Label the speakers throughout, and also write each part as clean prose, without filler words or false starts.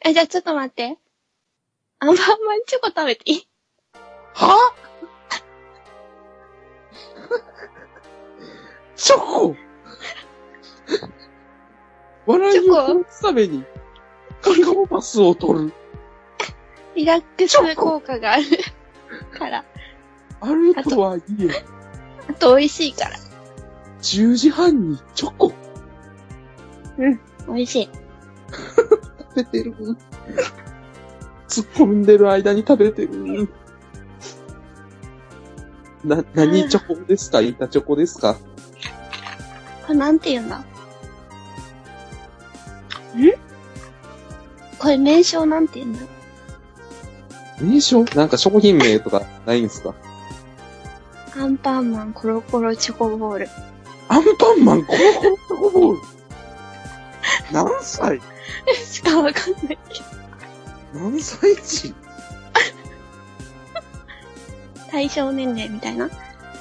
Speaker 1: じゃあちょっと待って。アンパンマンチョコ食べていい？
Speaker 2: はチョコ笑いを殺すためにカカオパスを取る。
Speaker 1: リラックス効果があるから。
Speaker 2: あるとはいえ。
Speaker 1: あと美味しいから。
Speaker 2: 10時半にチョコ。
Speaker 1: うん、美味しい。
Speaker 2: 食べてる。突っ込んでる間に食べてる。何チョコですか？板チョコですか？
Speaker 1: これなんて言うんだ？これ名称なんて言うんだ？
Speaker 2: 名称？なんか商品名とかないんすか？
Speaker 1: アンパンマンコロコロチョコボール。
Speaker 2: アンパンマンコロコロチョコボール何歳
Speaker 1: しかわかんないけど。
Speaker 2: 何歳児？
Speaker 1: 対象年齢みたいな。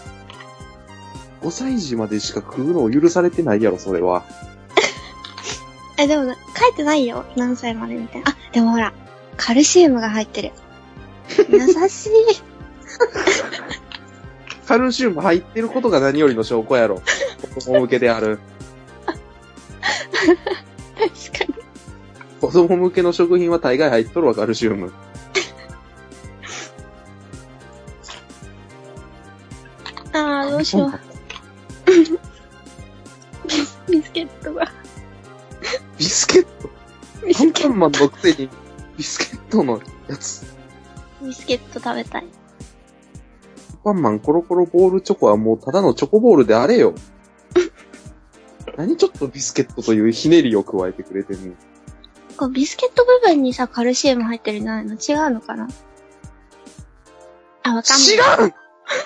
Speaker 2: 5歳児までしか食うのを許されてないやろ、それは。
Speaker 1: でも、書いてないよ。何歳までみたいな。あ、でもほら、カルシウムが入ってる。優しい。
Speaker 2: カルシウム入ってることが何よりの証拠やろ。子供向けである。
Speaker 1: 確かに。
Speaker 2: 子供向けの食品は大概入っとるわ、カルシウム。
Speaker 1: どうしよう。ビスケットが。
Speaker 2: ビスケット？アンパンマンのくせにビスケットのやつ。
Speaker 1: ビスケット食べたい。
Speaker 2: アンパンマンコロコロボールチョコはもうただのチョコボールであれよ。何ちょっとビスケットというひねりを加えてくれてんの？
Speaker 1: こうビスケット部分にさ、カルシウム入ってるんじゃないの？違うのかな？わかんない。
Speaker 2: 知らん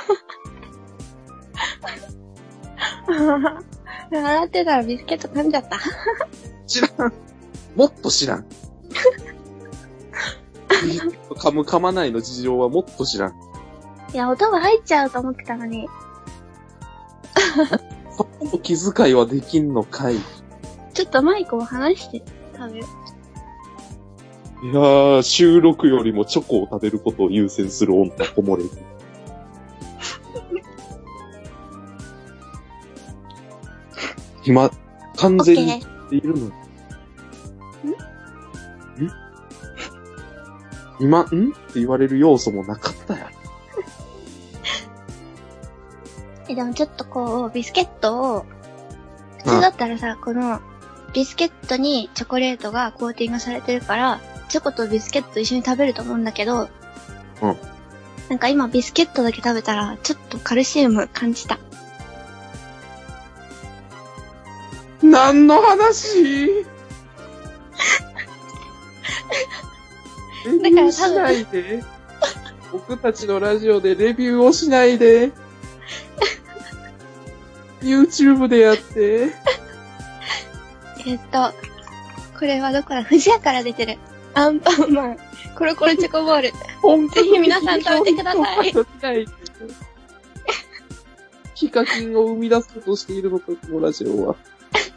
Speaker 1: 笑ってたらビスケット噛んじゃった。
Speaker 2: 知らん。もっと知らん。ビスケット噛む噛まないの事情はもっと知らん。
Speaker 1: いや、音が入っちゃうと思ってたのに。
Speaker 2: そこの気遣いはできんのかい。
Speaker 1: ちょっとマイクを離して食べよ
Speaker 2: いやー、収録よりもチョコを食べることを優先する女、こもれる。今、完全に言っているのに。今、って言われる要素もなかったや。
Speaker 1: でもちょっとこう、ビスケットを、普通だったらさ、この、ビスケットにチョコレートがコーティングされてるから、チョコとビスケット一緒に食べると思うんだけど、なんか今ビスケットだけ食べたら、ちょっとカルシウム感じた。
Speaker 2: 何の話？レビューしないで。僕たちのラジオでレビューをしないで。YouTube でやって。
Speaker 1: これはどこだ？富士屋から出てる。アンパンマン、コロコロチョコボール。ぜひ皆さん食べてください。
Speaker 2: ヒカキンを生み出そうとしているのか、このラジオは。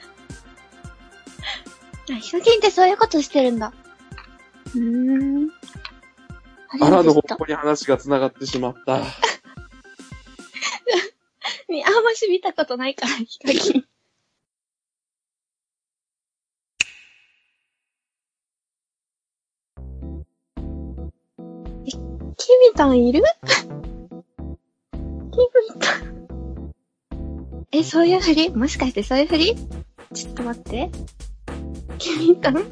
Speaker 1: ヒカキンってそういうことしてるんだ。
Speaker 2: あらの方向に話が繋がってしまった。
Speaker 1: あんまし見たことないから、ヒカキン。キミタンいる？キミタン。そういう振り？もしかしてそういう振り？ちょっと待って。キミタン？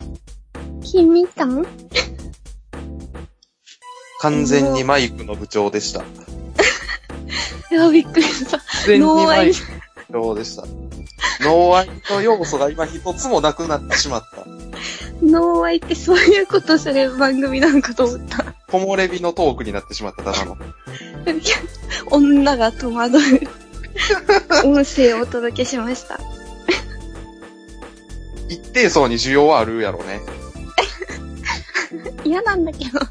Speaker 2: 完全にマイクの部長でした。
Speaker 1: いや、びっくりした。
Speaker 2: 完全にマイクの部長でした。ノーアイの要素が今一つもなくなってしまった。
Speaker 1: ノーアイってそういうことする番組なのかと思った。
Speaker 2: 木漏れ日のトークになってしまった、ただの。
Speaker 1: 女が戸惑う音声をお届けしました。
Speaker 2: 一定層に需要はあるやろね。
Speaker 1: 嫌なんだけど。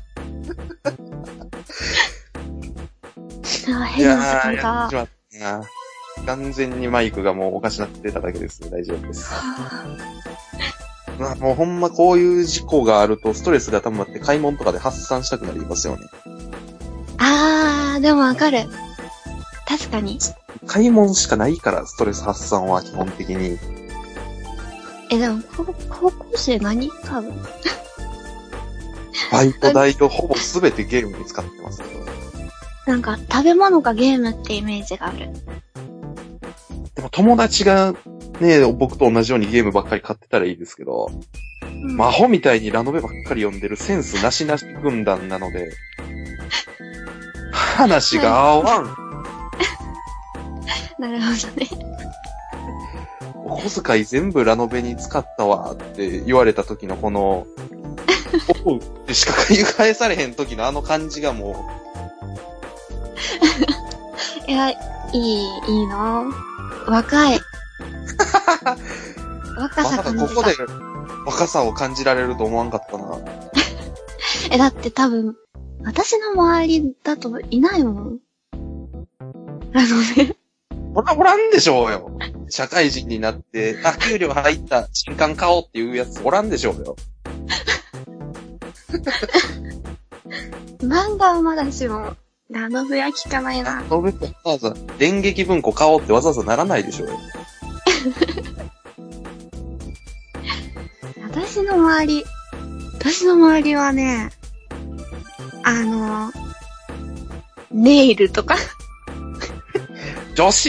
Speaker 1: 変な時間が。
Speaker 2: 完全にマイクがもうおかしなってただけです。大丈夫です。 もうほんまこういう事故があるとストレスが溜まって買い物とかで発散したくなりますよね。
Speaker 1: でもわかる。確かに。
Speaker 2: 買い物しかないからストレス発散は基本的に。
Speaker 1: でも、高校生何買う？
Speaker 2: バイト代をほぼ全てゲームに使ってますけど。
Speaker 1: なんか、食べ物がゲームってイメージがある。
Speaker 2: でも友達がね、僕と同じようにゲームばっかり買ってたらいいですけど、アホみたいにラノベばっかり読んでるセンスなしなし軍団なので、話が合わん。
Speaker 1: なるほどね。
Speaker 2: お小遣い全部ラノベに使ったわって言われた時のこの、おうってしか言い返されへん時のあの感じがも
Speaker 1: いや、いいな若い。若さ感じた。
Speaker 2: まさかここで若さを感じられると思わんかったな。
Speaker 1: だって多分、私の周りだといないもん。ね。
Speaker 2: おらんでしょうよ。社会人になって、給料入った新刊買おうっていうやつおらんでしょうよ。
Speaker 1: 漫画はまだしも、ラノベは聞かないな。
Speaker 2: ラノベってわざわざ電撃文庫買おうってわざわざならないでしょうよ。
Speaker 1: 私の周りはね、ネイルとか。
Speaker 2: 女子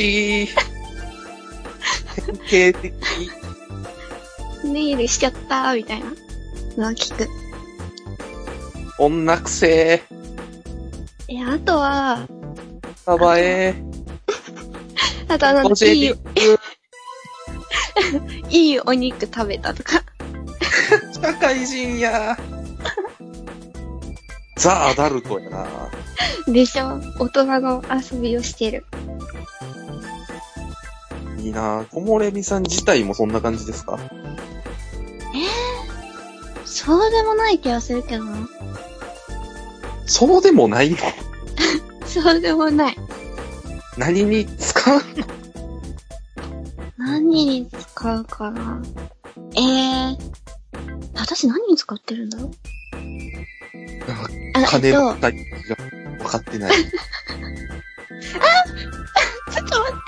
Speaker 2: 典型的。
Speaker 1: ネイルしちゃったーみたいなのは聞く。
Speaker 2: 女くせ
Speaker 1: ー。あとは、
Speaker 2: かばえ
Speaker 1: あといいお肉食べたとか。
Speaker 2: 社会人や。ザ・アダルトやな。
Speaker 1: でしょ？大人の遊びをしてる。
Speaker 2: いいな。木漏れ日さん自体もそんな感じですか？
Speaker 1: そうでもない気がするけどな。
Speaker 2: そうでもないの？
Speaker 1: そうでもない。
Speaker 2: 何に使うの？
Speaker 1: 何に使うかな。私何に使ってるんだろう？
Speaker 2: 金の使いが分かってない。
Speaker 1: ちょっと待って。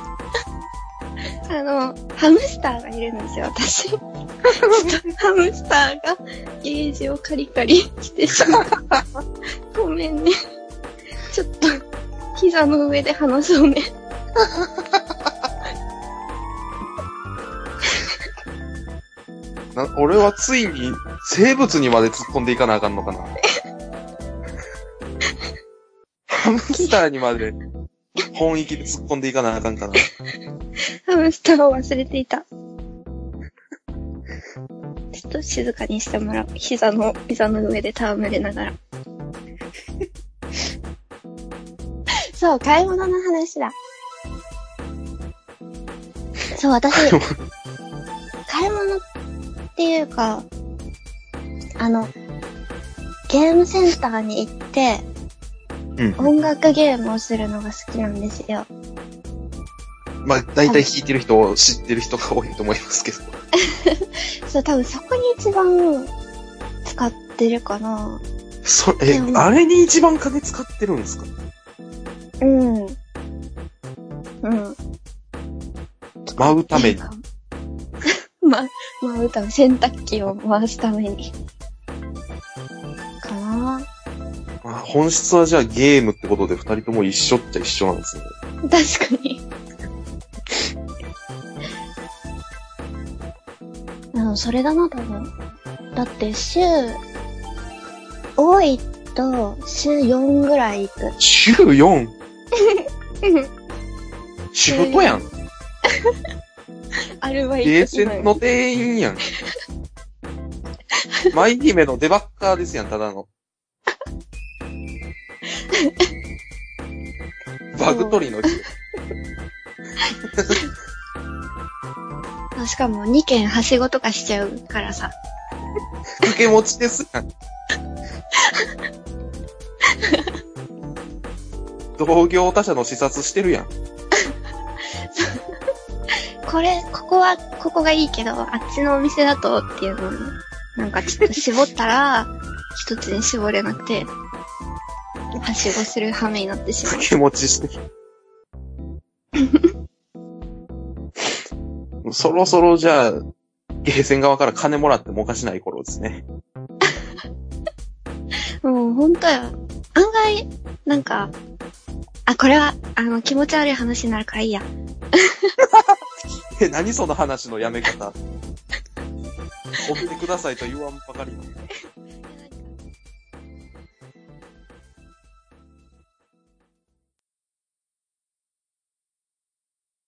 Speaker 1: ハムスターがいるんですよ、私。ハムスターがゲージをカリカリしてしまう。ごめんね。ちょっと、膝の上で話そうね。
Speaker 2: 俺はついに生物にまで突っ込んでいかなあかんのかな。ハムスターにまで本域で突っ込んでいかなあかんかな。
Speaker 1: ハムスターを忘れていた。ちょっと静かにしてもらう。膝の上で戯れながら。そう、買い物の話だ。そう、私、買い物っていうか、ゲームセンターに行って、音楽ゲームをするのが好きなんですよ。
Speaker 2: まあ、大体弾いてる人を知ってる人が多いと思いますけど。
Speaker 1: そう、多分そこに一番使ってるかな。
Speaker 2: あれに一番金使ってるんですか？
Speaker 1: うん。
Speaker 2: 舞うために。
Speaker 1: 舞うため、洗濯機を回すために。かな。
Speaker 2: 本質はじゃあゲームってことで二人とも一緒っちゃ一緒なんですね。
Speaker 1: 確かに。それだな、多分。だって多いと週4ぐらい行く。
Speaker 2: 週 4？ 仕事やん。
Speaker 1: アルバイト。
Speaker 2: ゲーセンの店員やん。舞姫のデバッカーですやん、ただの。バグ取りの人。
Speaker 1: しかも2件はしごとかしちゃうからさ。
Speaker 2: 掛け持ちですやん。同業他社の視察してるやん。
Speaker 1: ここがいいけど、あっちのお店だとっていうのをね、なんかちょっと絞ったら、一つに絞れなくて、はしごする羽目になってしまう。
Speaker 2: 気持ちしてそろそろじゃあ、ゲーセン側から金もらってもおかしない頃ですね。
Speaker 1: もうほんとよ。案外、なんか、これは、気持ち悪い話になるからいいや。
Speaker 2: 何その話のやめ方。追ってくださいと言わんばかりに。